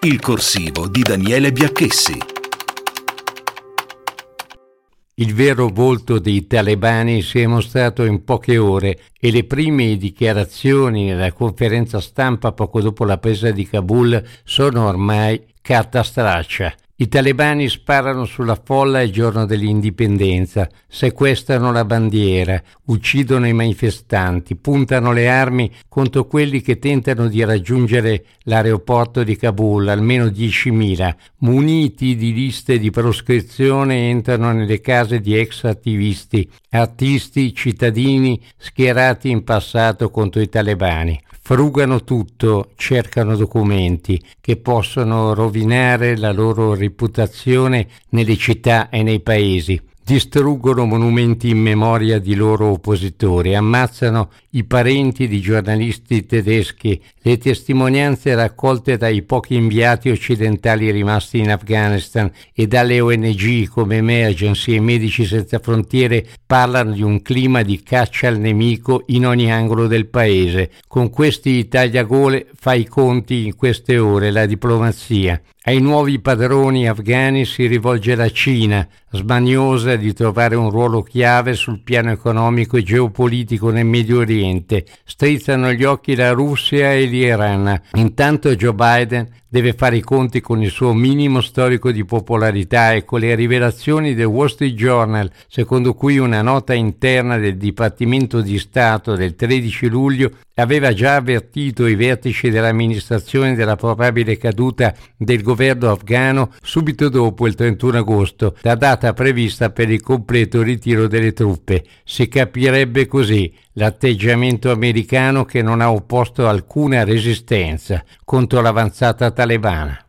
Il corsivo di Daniele Biacchessi. Il vero volto dei talebani si è mostrato in poche ore e le prime dichiarazioni nella conferenza stampa poco dopo la presa di Kabul sono ormai carta straccia. I talebani sparano sulla folla il giorno dell'indipendenza, sequestrano la bandiera, uccidono i manifestanti, puntano le armi contro quelli che tentano di raggiungere l'aeroporto di Kabul, almeno 10.000, muniti di liste di proscrizione entrano nelle case di ex attivisti, artisti, cittadini schierati in passato contro i talebani. Frugano tutto, cercano documenti che possono rovinare la loro reputazione nelle città e nei paesi. Distruggono monumenti in memoria di loro oppositori, ammazzano i parenti di giornalisti tedeschi, le testimonianze raccolte dai pochi inviati occidentali rimasti in Afghanistan e dalle ONG come Emergency e Medici Senza Frontiere parlano di un clima di caccia al nemico in ogni angolo del paese. Con questi tagliagole fa i conti in queste ore la diplomazia. Ai nuovi padroni afghani si rivolge la Cina, smaniosa di trovare un ruolo chiave sul piano economico e geopolitico nel Medio Oriente. Strizzano gli occhi la Russia e l'Iran. Intanto Joe Biden deve fare i conti con il suo minimo storico di popolarità e con le rivelazioni del Wall Street Journal, secondo cui una nota interna del Dipartimento di Stato del 13 luglio aveva già avvertito i vertici dell'amministrazione della probabile caduta del governo afghano subito dopo il 31 agosto, la data prevista per il completo ritiro delle truppe. Si capirebbe così l'atteggiamento americano che non ha opposto alcuna resistenza contro l'avanzata talebana.